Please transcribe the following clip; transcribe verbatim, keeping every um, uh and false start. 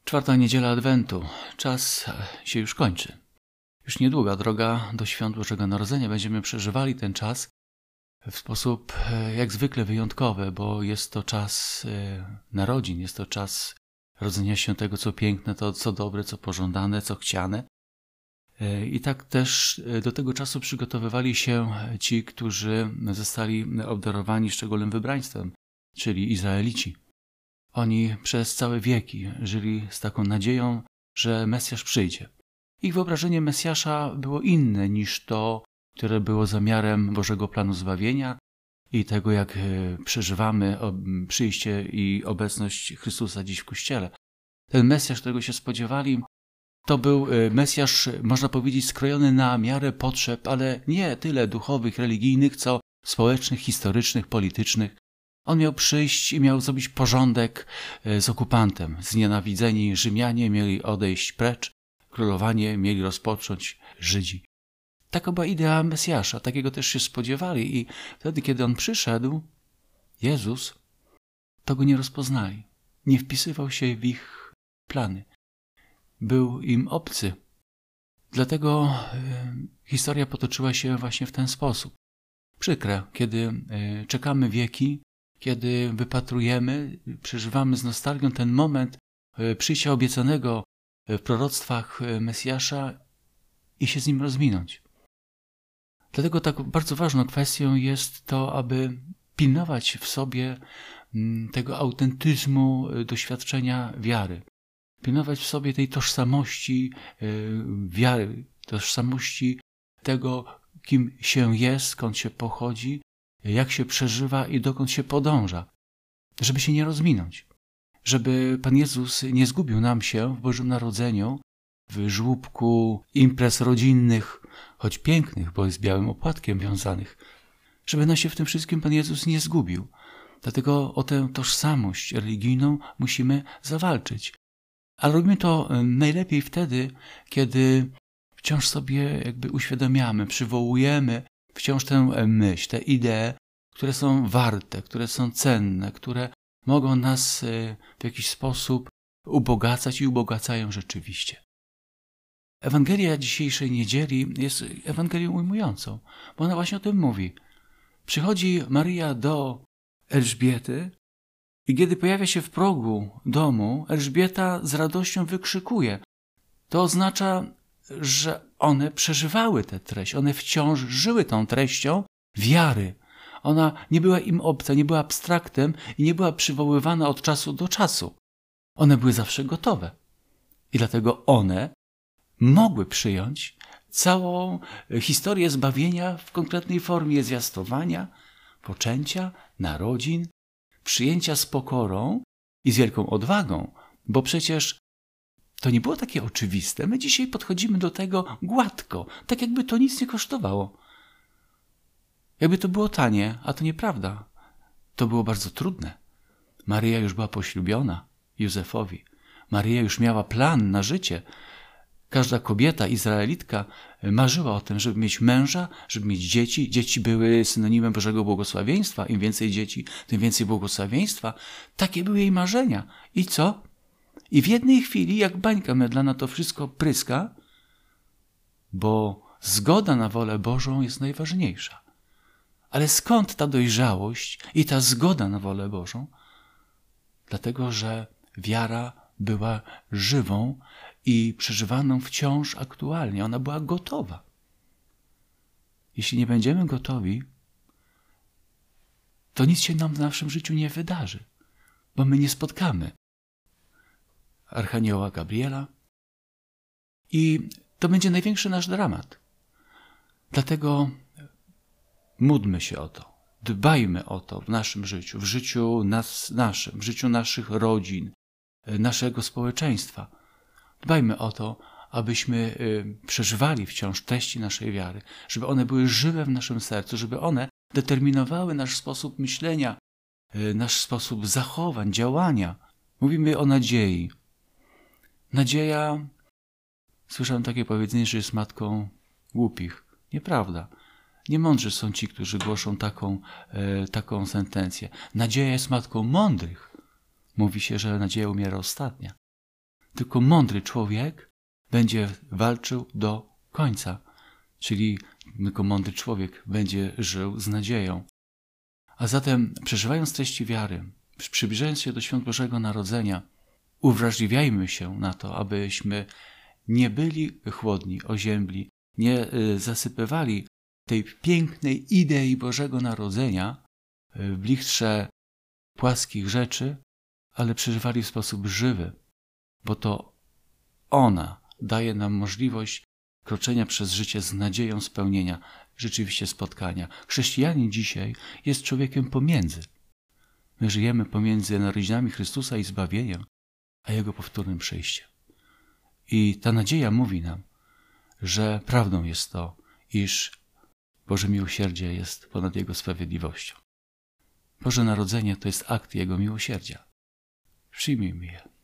Czwarta niedziela Adwentu. Czas się już kończy. Już niedługa droga do świąt Bożego Narodzenia. Będziemy przeżywali ten czas w sposób jak zwykle wyjątkowy, bo jest to czas narodzin, jest to czas rodzenia się tego, co piękne, to co dobre, co pożądane, co chciane. I tak też do tego czasu przygotowywali się ci, którzy zostali obdarowani szczególnym wybraństwem, czyli Izraelici. Oni przez całe wieki żyli z taką nadzieją, że Mesjasz przyjdzie. Ich wyobrażenie Mesjasza było inne niż to, które było zamiarem Bożego planu zbawienia i tego, jak przeżywamy przyjście i obecność Chrystusa dziś w Kościele. Ten Mesjasz, którego się spodziewali, to był Mesjasz, można powiedzieć, skrojony na miarę potrzeb, ale nie tyle duchowych, religijnych, co społecznych, historycznych, politycznych. On miał przyjść i miał zrobić porządek z okupantem. Znienawidzeni Rzymianie mieli odejść precz, królowanie mieli rozpocząć Żydzi. Taka była idea Mesjasza, takiego też się spodziewali i wtedy, kiedy on przyszedł, Jezus, to go nie rozpoznali. Nie wpisywał się w ich plany. Był im obcy. Dlatego y, historia potoczyła się właśnie w ten sposób. Przykre, kiedy y, czekamy wieki, kiedy wypatrujemy, przeżywamy z nostalgią ten moment y, przyjścia obiecanego w proroctwach Mesjasza i się z nim rozminąć. Dlatego tak bardzo ważną kwestią jest to, aby pilnować w sobie tego autentyzmu doświadczenia wiary. Pilnować w sobie tej tożsamości wiary, tożsamości tego, kim się jest, skąd się pochodzi, jak się przeżywa i dokąd się podąża. Żeby się nie rozminąć. Żeby Pan Jezus nie zgubił nam się w Bożym Narodzeniu, w żłóbku imprez rodzinnych, choć pięknych, bo z białym opłatkiem wiązanych. Żeby nas się w tym wszystkim Pan Jezus nie zgubił. Dlatego o tę tożsamość religijną musimy zawalczyć. Ale robimy to najlepiej wtedy, kiedy wciąż sobie jakby uświadamiamy, przywołujemy wciąż tę myśl, te idee, które są warte, które są cenne, które mogą nas w jakiś sposób ubogacać i ubogacają rzeczywiście. Ewangelia dzisiejszej niedzieli jest Ewangelią ujmującą, bo ona właśnie o tym mówi. Przychodzi Maryja do Elżbiety i kiedy pojawia się w progu domu, Elżbieta z radością wykrzykuje. To oznacza, że one przeżywały tę treść, one wciąż żyły tą treścią wiary. Ona nie była im obca, nie była abstraktem i nie była przywoływana od czasu do czasu. One były zawsze gotowe. I dlatego one mogły przyjąć całą historię zbawienia w konkretnej formie zwiastowania, poczęcia, narodzin, przyjęcia z pokorą i z wielką odwagą, bo przecież to nie było takie oczywiste. My dzisiaj podchodzimy do tego gładko, tak jakby to nic nie kosztowało. Jakby to było tanie, a to nieprawda. To było bardzo trudne. Maryja już była poślubiona Józefowi. Maryja już miała plan na życie. Każda kobieta, Izraelitka marzyła o tym, żeby mieć męża, żeby mieć dzieci. Dzieci były synonimem Bożego błogosławieństwa. Im więcej dzieci, tym więcej błogosławieństwa. Takie były jej marzenia. I co? I w jednej chwili, jak bańka mydlana, to wszystko pryska, bo zgoda na wolę Bożą jest najważniejsza. Ale skąd ta dojrzałość i ta zgoda na wolę Bożą? Dlatego, że wiara była żywą i przeżywaną wciąż aktualnie. Ona była gotowa. Jeśli nie będziemy gotowi, to nic się nam w naszym życiu nie wydarzy, bo my nie spotkamy Archanioła Gabriela i to będzie największy nasz dramat. Dlatego módlmy się o to, dbajmy o to w naszym życiu, w życiu nas, naszym, w życiu naszych rodzin, naszego społeczeństwa. Dbajmy o to, abyśmy przeżywali wciąż treści naszej wiary, żeby one były żywe w naszym sercu, żeby one determinowały nasz sposób myślenia, nasz sposób zachowań, działania. Mówimy o nadziei. Nadzieja, słyszałem takie powiedzenie, że jest matką głupich. Nieprawda. Niemądrzy są ci, którzy głoszą taką, e, taką sentencję. Nadzieja jest matką mądrych. Mówi się, że nadzieja umiera ostatnia. Tylko mądry człowiek będzie walczył do końca, czyli tylko mądry człowiek będzie żył z nadzieją. A zatem, przeżywając treści wiary, przybliżając się do świąt Bożego Narodzenia, uwrażliwiajmy się na to, abyśmy nie byli chłodni, oziębli, nie zasypywali tej pięknej idei Bożego Narodzenia w blichtrze płaskich rzeczy, ale przeżywali w sposób żywy, bo to ona daje nam możliwość kroczenia przez życie z nadzieją spełnienia, rzeczywiście spotkania. Chrześcijanin dzisiaj jest człowiekiem pomiędzy. My żyjemy pomiędzy narodzinami Chrystusa i zbawieniem, a Jego powtórnym przyjściem. I ta nadzieja mówi nam, że prawdą jest to, iż Boże miłosierdzie jest ponad Jego sprawiedliwością. Boże Narodzenie to jest akt Jego miłosierdzia. Przyjmijmy je.